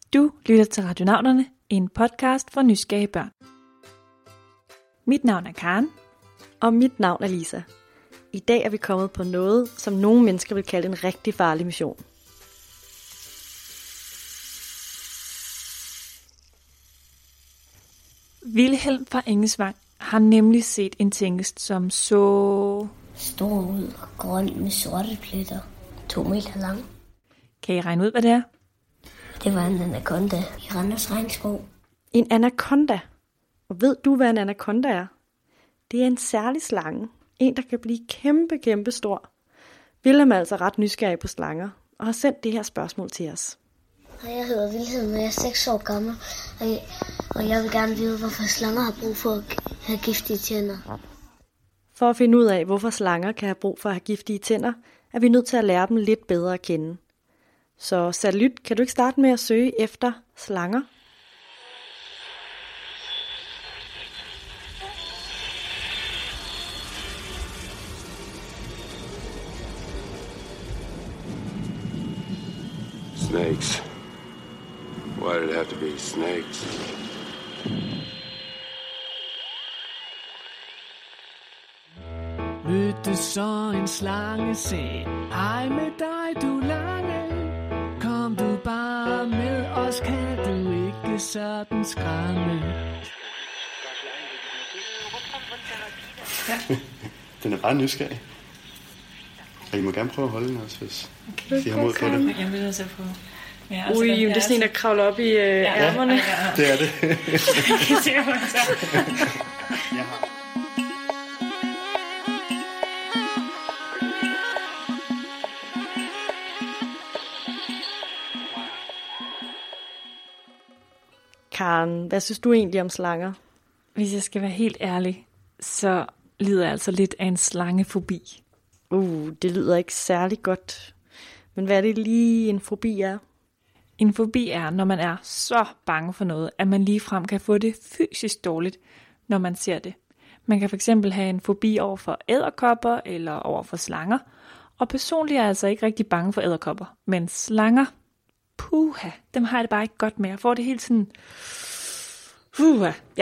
Du lytter til Radionauterne, en podcast for nysgerrige børn. Mit navn er Karen. Og mit navn er Lisa. I dag er vi kommet på noget, som nogle mennesker vil kalde en rigtig farlig mission. Vilhelm fra Engesvang har nemlig set en tingest, som så stor ud og grøn med sorte pletter. 2 meter lang. Kan I regne ud, hvad det er? Det var en anaconda i Randers Regnskov. En anaconda. Og ved du, hvad en anaconda er? Det er en særlig slange. En, der kan blive kæmpe stor. Vilhelm er altså ret nysgerrig på slanger, og har sendt det her spørgsmål til os. Jeg hedder Vilhelm, og jeg er 6 år gammel, og jeg vil gerne vide, hvorfor slanger har brug for at have giftige tænder. For at finde ud af, hvorfor slanger kan have brug for at have giftige tænder, er vi nødt til at lære dem lidt bedre at kende. Så Satellit, kan du ikke starte med at søge efter slanger? Snakes. Why did it have to be snakes? Mødte så en slange, sagde, hej med dig, du lange. Kom du bare med os, kan du ikke sådan skræmme. Den er bare nysgerrig. Og I må gerne prøve at holde den også, hvis I har mod på det. Jeg vil også prøve. Ja, Ui, det er sådan en, der kravler op i ærmerne. Ja, det er det. Jeg har. Karen, hvad synes du egentlig om slanger? Hvis jeg skal være helt ærlig, så lider jeg altså lidt af en slangefobi. Det lyder ikke særlig godt. Men hvad er det lige en fobi er? En fobi er, når man er så bange for noget, at man ligefrem kan få det fysisk dårligt, når man ser det. Man kan fx have en fobi over for edderkopper eller over for slanger. Og personligt er jeg altså ikke rigtig bange for edderkopper. Men slanger, puha, dem har jeg det bare ikke godt med. Jeg får det helt sådan, ja.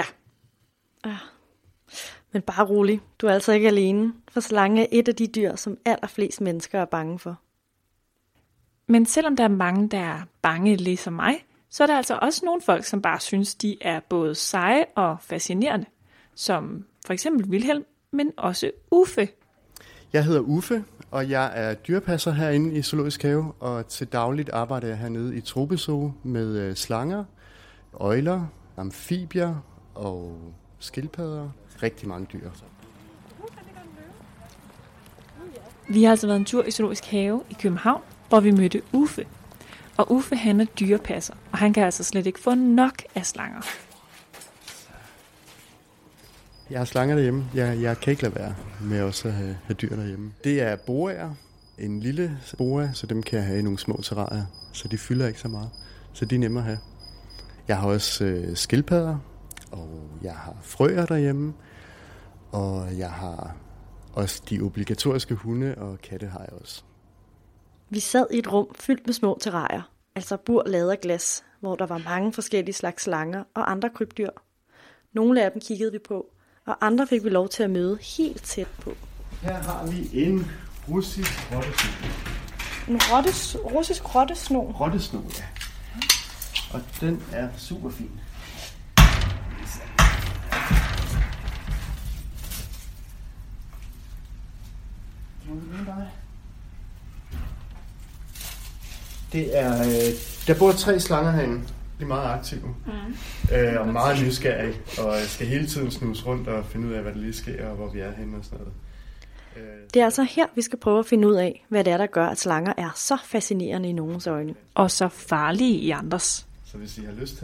Men bare rolig, du er altså ikke alene, for slange er et af de dyr, som allerflest mennesker er bange for. Men selvom der er mange, der er bange ligesom mig, så er der altså også nogle folk, som bare synes, de er både seje og fascinerende. Som for eksempel Vilhelm, men også Uffe. Jeg hedder Uffe, og jeg er dyrepasser herinde i Zoologisk Have, og til dagligt arbejder jeg hernede i Tropezoo med slanger, øgler, amfibier og skildpadder. Rigtig mange dyr. Vi har altså været en tur i Zoologisk Have i København, hvor vi mødte Uffe. Og Uffe, han er dyrepasser, og han kan altså slet ikke få nok af slanger. Jeg har slanger derhjemme. Jeg kan ikke lade være med også at have dyr derhjemme. Det er boaer. En lille boa, så dem kan jeg have i nogle små terrarier. Så de fylder ikke så meget. Så de er nemme at have. Jeg har også skildpadder, og jeg har frøer derhjemme. Og jeg har også de obligatoriske hunde, og katte har jeg også. Vi sad i et rum fyldt med små terrarier, altså bur lavet af glas, hvor der var mange forskellige slags slanger og andre krybdyr. Nogle af dem kiggede vi på, og andre fik vi lov til at møde helt tæt på. Her har vi en russisk rottesno. En russisk rottesno? Rottesno, ja. Og den er super fin. Det er, der bor 3 slanger herinde. De er meget aktive og meget nysgerrige, og skal hele tiden snuse rundt og finde ud af, hvad der lige sker, og hvor vi er henne og sådan noget. Det er altså her, vi skal prøve at finde ud af, hvad det er, der gør, at slanger er så fascinerende i nogens øjne. Og så farlige i andres. Så hvis I har lyst til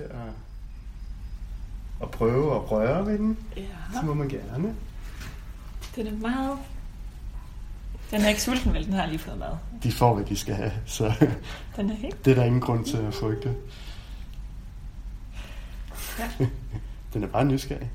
at prøve at røre ved den, så må man gerne. Den er meget... Den er ikke sulten, vel? Den har lige fået mad. De får, hvad de skal have, så den er helt... det er der ingen grund til at frygte. Ja. Den er bare nysgerrig.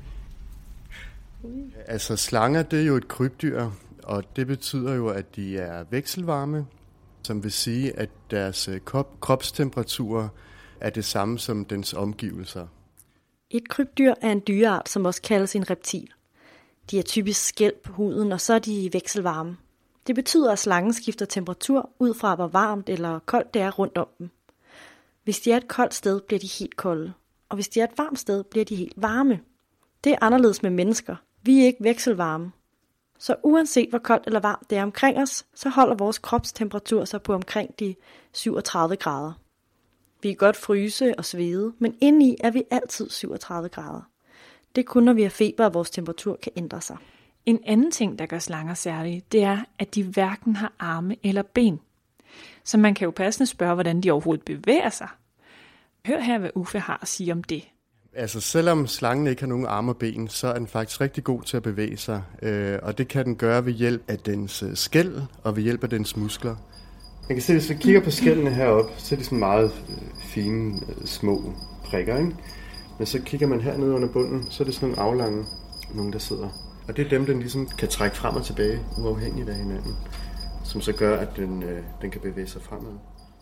Altså slanger, det er jo et krybdyr, og det betyder jo, at de er vekselvarme, som vil sige, at deres kropstemperatur er det samme som dens omgivelser. Et krybdyr er en dyreart, som også kaldes en reptil. De er typisk skæl på huden, og så er de vekselvarme. Det betyder, at slangen skifter temperatur ud fra, hvor varmt eller koldt det er rundt om dem. Hvis de er et koldt sted, bliver de helt kolde, og hvis de er et varmt sted, bliver de helt varme. Det er anderledes med mennesker. Vi er ikke vekselvarme. Så uanset hvor koldt eller varmt det er omkring os, så holder vores kropstemperatur sig på omkring de 37 grader. Vi kan godt fryse og svede, men indeni er vi altid 37 grader. Det er kun, når vi har feber, at vores temperatur kan ændre sig. En anden ting, der gør slanger særlige, det er, at de hverken har arme eller ben. Så man kan jo passende spørge, hvordan de overhovedet bevæger sig. Hør her, hvad Uffe har at sige om det. Altså selvom slangen ikke har nogen arme og ben, så er den faktisk rigtig god til at bevæge sig. Og det kan den gøre ved hjælp af dens skæl og ved hjælp af dens muskler. Man kan se, hvis vi kigger på skællene heroppe, så er de sådan meget fine, små prikker, ikke? Men så kigger man hernede under bunden, så er det sådan nogle aflange, nogle der sidder. Og det er dem, den ligesom kan trække frem og tilbage, uafhængigt af hinanden. Som så gør, at den kan bevæge sig fremad.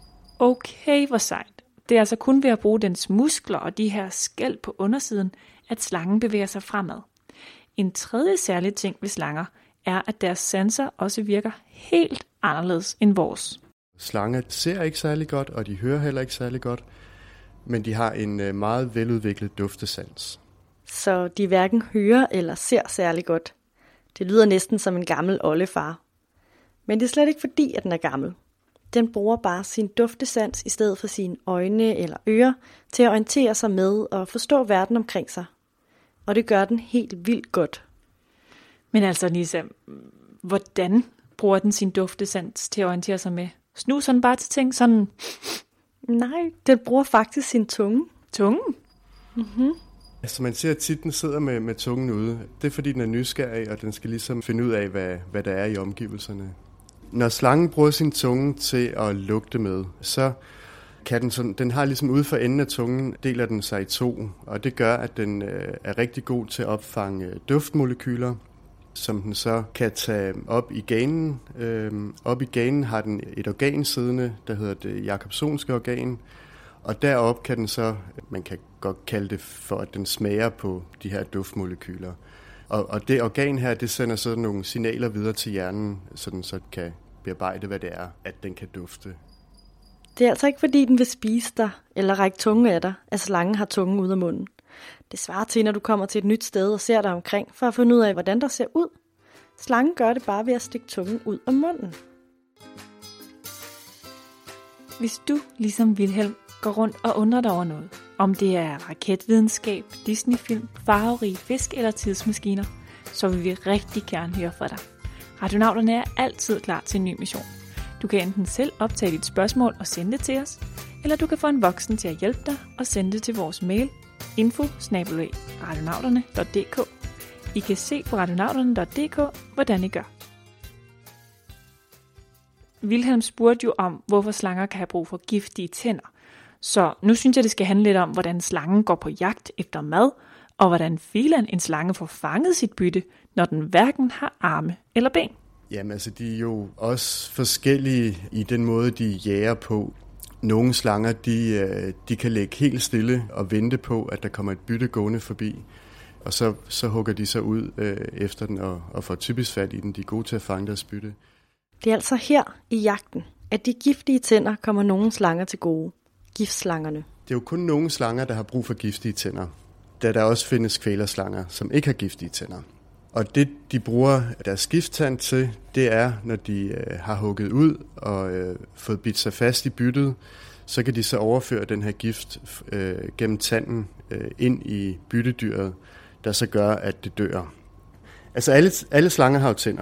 Okay, hvor sejt. Det er altså kun ved at bruge dens muskler og de her skæl på undersiden, at slangen bevæger sig fremad. En tredje særlig ting ved slanger er, at deres sanser også virker helt anderledes end vores. Slanger ser ikke særlig godt, og de hører heller ikke særlig godt, men de har en meget veludviklet duftesans. Så de hverken hører eller ser særlig godt. Det lyder næsten som en gammel oldefar. Men det er slet ikke fordi, at den er gammel. Den bruger bare sin duftesans i stedet for sine øjne eller ører til at orientere sig med og forstå verden omkring sig. Og det gør den helt vildt godt. Men altså Lisa, hvordan bruger den sin duftesans til at orientere sig med? Snuser den bare til ting sådan? Nej, den bruger faktisk sin tunge. Tungen? Mhm. Altså man ser tit, den sidder med tungen ude. Det er fordi, den er nysgerrig, og den skal ligesom finde ud af, hvad der er i omgivelserne. Når slangen bruger sin tunge til at lugte med, så kan den har ligesom ude for enden af tungen, deler den sig i to. Og det gør, at den er rigtig god til at opfange duftmolekyler, som den så kan tage op i ganen. Op i ganen har den et organ siddende, der hedder det Jacobsonske organ. Og derop kan den så, man kan godt kalde det for, at den smager på de her duftmolekyler. Og det organ her, det sender så nogle signaler videre til hjernen, så den så kan bearbejde, hvad det er, at den kan dufte. Det er altså ikke fordi, den vil spise dig eller række tunge af dig, at slangen har tungen ud af munden. Det svarer til, når du kommer til et nyt sted og ser dig omkring, for at finde ud af, hvordan der ser ud. Slangen gør det bare ved at stikke tungen ud af munden. Hvis du, ligesom Wilhelm, går rundt og undrer dig over noget, om det er raketvidenskab, Disney-film, farverige fisk eller tidsmaskiner, så vil vi rigtig gerne høre fra dig. Radionauterne er altid klar til en ny mission. Du kan enten selv optage dit spørgsmål og sende det til os, eller du kan få en voksen til at hjælpe dig og sende det til vores mail info@radionauterne.dk. I kan se på radionauterne.dk, hvordan I gør. Wilhelm spurgte jo om, hvorfor slanger kan have brug for giftige tænder. Så nu synes jeg, det skal handle lidt om, hvordan slangen går på jagt efter mad, og hvordan filan en slange får fanget sit bytte, når den hverken har arme eller ben. Jamen altså, de er jo også forskellige i den måde, de jager på. Nogle slanger, de kan ligge helt stille og vente på, at der kommer et bytte gående forbi. Og så hugger de så ud efter den og får typisk fat i den. De er gode til at fange deres bytte. Det er altså her i jagten, at de giftige tænder kommer nogle slanger til gode. Giftslangerne. Det er jo kun nogle slanger, der har brug for giftige tænder. Da der også findes kvælerslanger, som ikke har giftige tænder. Og det, de bruger deres gifttand til, det er, når de har hugget ud og fået bidt sig fast i byttet, så kan de så overføre den her gift gennem tanden ind i byttedyret, der så gør, at det dør. Altså alle slanger har jo tænder.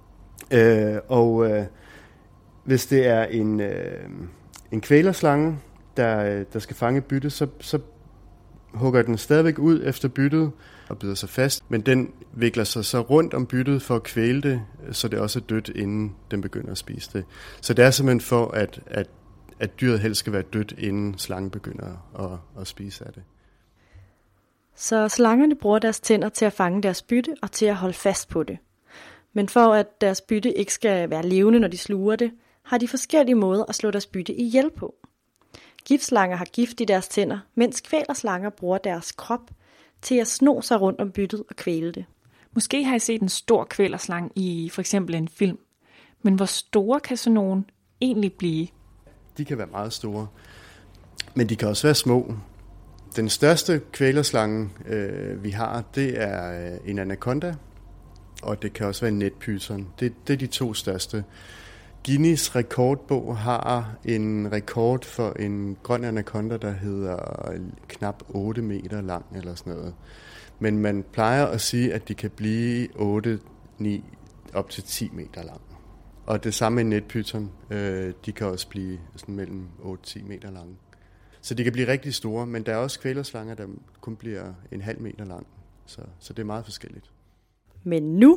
Hvis det er en kvælerslange, der skal fange bytte, så hugger den stadigvæk ud efter byttet og bider sig fast, men den vikler sig så rundt om byttet for at kvæle det, så det også er dødt, inden den begynder at spise det. Så det er simpelthen for, at dyret helst skal være dødt, inden slangen begynder at spise af det. Så slangerne bruger deres tænder til at fange deres bytte og til at holde fast på det. Men for at deres bytte ikke skal være levende, når de sluger det, har de forskellige måder at slå deres bytte ihjel på. Giftslanger har gift i deres tænder, mens kvælerslanger bruger deres krop til at sno sig rundt om byttet og kvæle det. Måske har I set en stor kvælerslange i for eksempel en film. Men hvor store kan sådan nogen egentlig blive? De kan være meget store, men de kan også være små. Den største kvælerslange, vi har, det er en anaconda, og det kan også være en netpyton. Det er de 2 største. Guinness rekordbog har en rekord for en grøn anaconda, der hedder knap 8 meter lang eller sådan noget. Men man plejer at sige, at de kan blive 8, 9, op til 10 meter lang. Og det samme med netpyton, de kan også blive sådan mellem 8-10 meter lange. Så de kan blive rigtig store, men der er også kvælerslanger, der kun bliver en halv meter lang. Så det er meget forskelligt. Men nu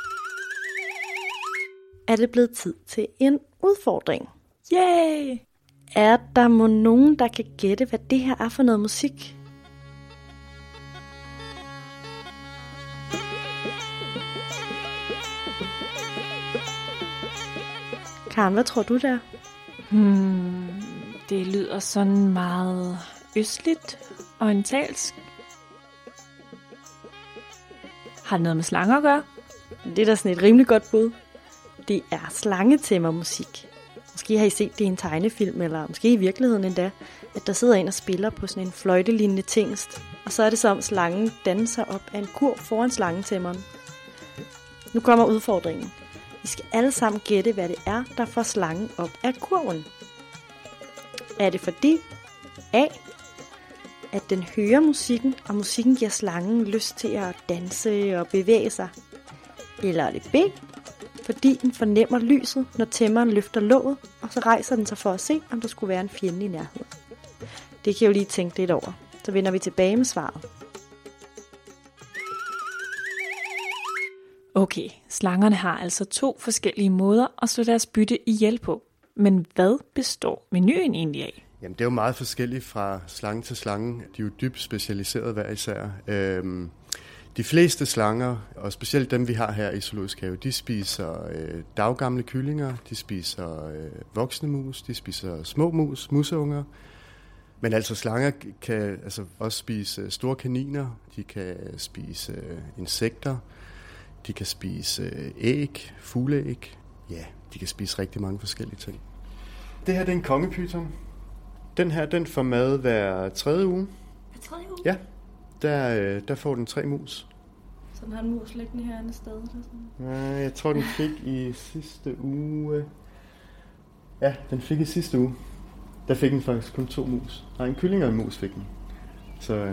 er det blevet tid til en udfordring. Yay! Er der nogen, der kan gætte, hvad det her er for noget musik? Karen, hvad tror du der? Det lyder sådan meget østligt, orientalsk. Har det noget med slanger at gøre? Det er da sådan et rimelig godt bud. Det er slangetæmmermusik. Måske har I set det i en tegnefilm, eller måske i virkeligheden endda, at der sidder en og spiller på sådan en fløjtelignende tingest. Og så er det som slangen danser op af en kurv foran slangetæmmeren. Nu kommer udfordringen. Vi skal alle sammen gætte, hvad det er, der får slangen op af kurven. Er det fordi A, at den hører musikken, og musikken giver slangen lyst til at danse og bevæge sig? Eller er det B, fordi den fornemmer lyset, når tæmmeren løfter låget, og så rejser den sig for at se, om der skulle være en fjende i nærheden? Det kan jeg jo lige tænke lidt over. Så vender vi tilbage med svaret. Okay, slangerne har altså 2 forskellige måder at slå deres bytte ihjel på. Men hvad består menuen egentlig af? Jamen, det er jo meget forskelligt fra slange til slange. De er jo dybt specialiseret hver især. De fleste slanger, og specielt dem vi har her i Zoologisk Have, de spiser daggamle kyllinger, de spiser voksne mus, de spiser små mus, museunger. Men altså slanger kan altså også spise store kaniner, de kan spise insekter, de kan spise æg, fugleæg. Ja, de kan spise rigtig mange forskellige ting. Det her det er en kongepyton. Den her, den får mad hver 3. uge. Hver 3. uge? Ja, der får den 3 mus. Så den har en mus liggende her andet sted? Eller sådan? Nej, jeg tror, den fik i sidste uge. Ja, den fik i sidste uge. Der fik den faktisk kun 2 mus. Nej, en kylling og en mus fik den. Så...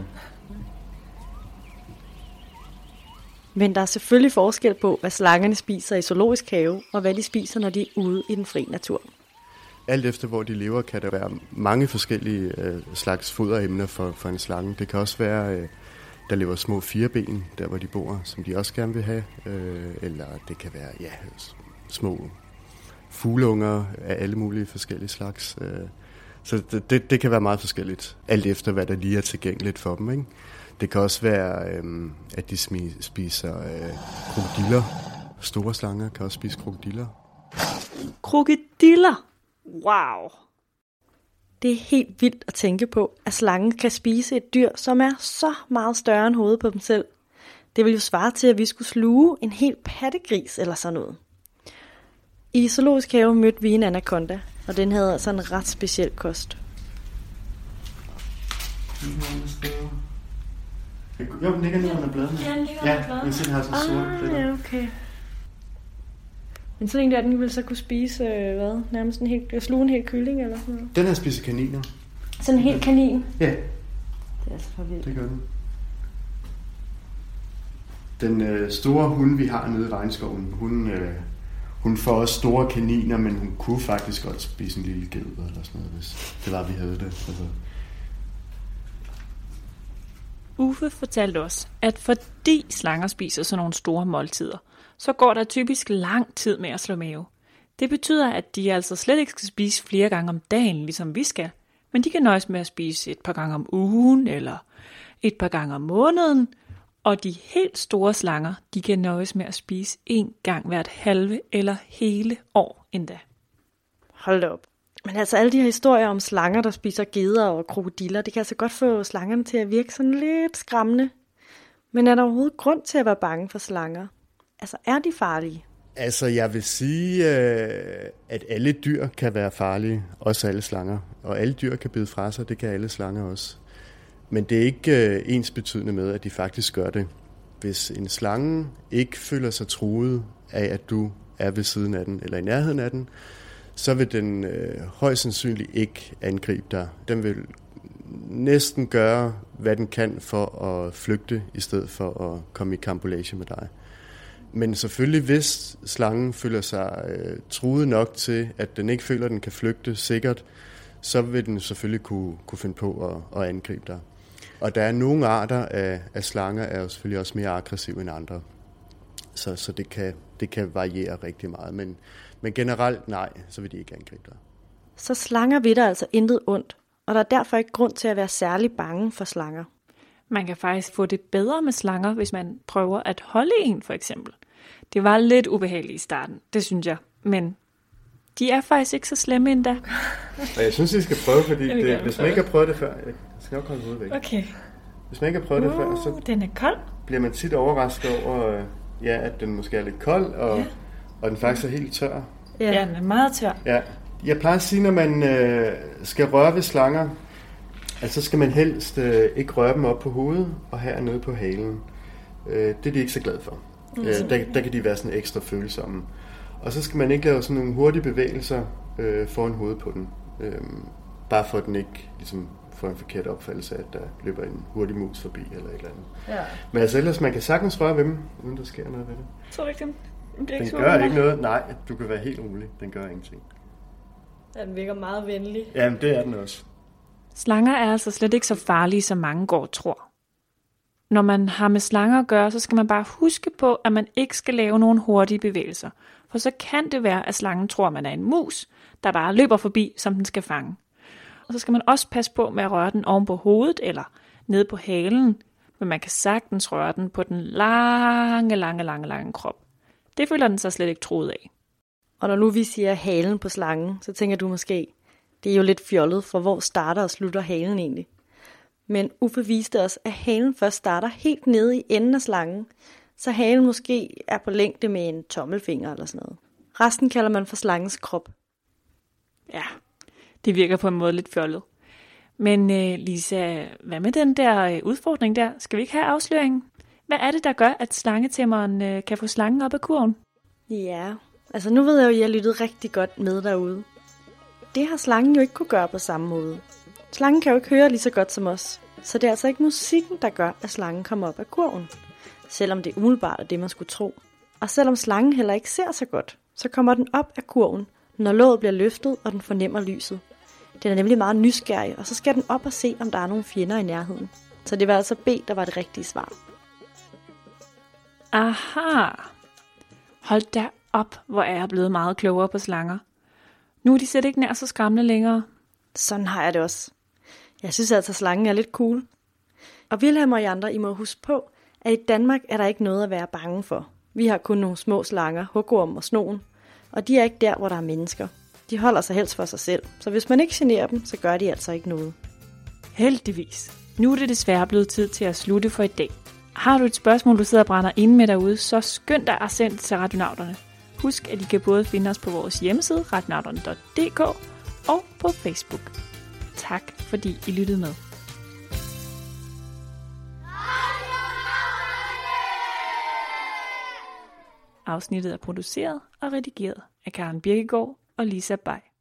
Men der er selvfølgelig forskel på, hvad slangerne spiser i Zoologisk Have, og hvad de spiser, når de er ude i den fri natur. Alt efter hvor de lever, kan der være mange forskellige slags foderemner for en slange. Det kan også være, der lever små 4ben, der hvor de bor, som de også gerne vil have. Eller det kan være små fugleunger af alle mulige forskellige slags. Så det kan være meget forskelligt, alt efter hvad der lige er tilgængeligt for dem, ikke? Det kan også være, at de spiser krokodiller. Store slanger kan også spise krokodiller. Krokodiller? Wow! Det er helt vildt at tænke på, at slangen kan spise et dyr, som er så meget større end hovedet på dem selv. Det vil jo svare til, at vi skulle sluge en hel pattegris eller sådan noget. I Zoologisk Have mødte vi en anaconda, og den havde altså en ret speciel kost. Jo, den ligger nede under bladene. Ja, den ligger under bladene. Men den har så sorte. Ja, okay. Men sådan en der, den ville så kunne spise, nærmest sluge en hel kylling eller sådan noget? Den her spiser kaniner. Sådan en hel kanin? Ja. Det er altså for vildt. Det gør den. Den store hund, vi har nede i regnskoven, hun får også store kaniner, men hun kunne faktisk godt spise en lille ged eller sådan noget, hvis det var, vi havde det. Altså. Uffe fortalte os, at fordi slanger spiser sådan nogle store måltider, så går der typisk lang tid med at slå mave. Det betyder, at de altså slet ikke skal spise flere gange om dagen, ligesom vi skal, men de kan nøjes med at spise et par gange om ugen eller et par gange om måneden, og de helt store slanger, de kan nøjes med at spise 1 gang hvert halve eller hele år endda. Hold da op. Men altså alle de her historier om slanger, der spiser geder og krokodiller, det kan altså godt få slangerne til at virke sådan lidt skræmmende. Men er der overhovedet grund til at være bange for slanger? Altså er de farlige? Altså jeg vil sige, at alle dyr kan være farlige, også alle slanger. Og alle dyr kan bide fra sig, det kan alle slanger også. Men det er ikke ensbetydende med, at de faktisk gør det. Hvis en slange ikke føler sig truet af, at du er ved siden af den eller i nærheden af den, så vil den højst sandsynligt ikke angribe dig. Den vil næsten gøre, hvad den kan for at flygte, i stedet for at komme i karambolage med dig. Men selvfølgelig, hvis slangen føler sig truet nok til, at den ikke føler, at den kan flygte sikkert, så vil den selvfølgelig kunne finde på at angribe dig. Og der er nogle arter af slanger, er jo selvfølgelig også mere aggressive end andre. Så det kan variere rigtig meget. Men generelt nej, så vil de ikke angribe dig. Så slanger vil der altså intet ondt, og der er derfor ikke grund til at være særlig bange for slanger. Man kan faktisk få det bedre med slanger, hvis man prøver at holde en, for eksempel. Det var lidt ubehageligt i starten, det synes jeg. Men de er faktisk ikke så slemme endda. Og jeg synes, I skal prøve, fordi hvis man ikke har prøvet det før... Jeg skal nok holde hovedet væk. Okay. Hvis man ikke har prøvet det før, så den er kold. Bliver man tit overrasket over, at den måske er lidt kold, og den faktisk er helt tør. Ja, den er meget tør. Ja. Jeg plejer at sige, når man skal røre ved slanger, så skal man helst ikke røre dem op på hovedet og hernede på halen. Det er de ikke så glade for. Der kan de være sådan ekstra følsomme. Og så skal man ikke lave sådan nogle hurtige bevægelser foran hovedet på den. Bare for at den ikke ligesom, får en forkert opfattelse af, at der løber en hurtig mus forbi eller et eller andet. Ja. Men altså ellers, man kan sagtens røre ved dem, uden der sker noget ved det. Så ikke den gør ikke noget. Nej, du kan være helt rolig. Den gør ingenting. Ja, den virker meget venlig. Jamen, det er den også. Slanger er altså slet ikke så farlige, som mange går og tror. Når man har med slanger at gøre, så skal man bare huske på, at man ikke skal lave nogle hurtige bevægelser. For så kan det være, at slangen tror, at man er en mus, der bare løber forbi, som den skal fange. Og så skal man også passe på med at røre den oven på hovedet eller nede på halen, men man kan sagtens røre den på den lange krop. Det føler den sig slet ikke truet af. Og når nu vi siger halen på slangen, så tænker du måske, det er jo lidt fjollet, for hvor starter og slutter halen egentlig? Men Uffe viste os, at halen først starter helt nede i enden af slangen, så halen måske er på længde med en tommelfinger eller sådan noget. Resten kalder man for slangens krop. Ja, det virker på en måde lidt fjollet. Men Lisa, hvad med den der udfordring der? Skal vi ikke have afsløringen? Hvad er det, der gør, at slangetæmmeren kan få slangen op af kurven? Ja, altså nu ved jeg jo, at I har lyttet rigtig godt med derude. Det har slangen jo ikke kunne gøre på samme måde. Slangen kan jo ikke høre lige så godt som os, så det er altså ikke musikken, der gør, at slangen kommer op af kurven. Selvom det umiddelbart er det, man skulle tro. Og selvom slangen heller ikke ser så godt, så kommer den op af kurven, når låget bliver løftet, og den fornemmer lyset. Den er nemlig meget nysgerrig, og så skal den op og se, om der er nogle fjender i nærheden. Så det var altså B, der var det rigtige svar. Aha! Hold da op, hvor er jeg blevet meget klogere på slanger. Nu er de slet ikke nær så skræmmende længere. Sådan har jeg det også. Jeg synes altså, at slangen er lidt cool. Og Vilhelm og I andre, I må huske på, at i Danmark er der ikke noget at være bange for. Vi har kun nogle små slanger, hugorm og snogen, og de er ikke der, hvor der er mennesker. De holder sig helst for sig selv, så hvis man ikke generer dem, så gør de altså ikke noget. Heldigvis. Nu er det desværre blevet tid til at slutte for i dag. Har du et spørgsmål, du sidder og brænder inde med derude, så skynd dig at sende til Radionauterne. Husk, at I kan både finde os på vores hjemmeside, radionauterne.dk, og på Facebook. Tak, fordi I lyttede med. Afsnittet er produceret og redigeret af Karen Birkegaard og Lisa Bay.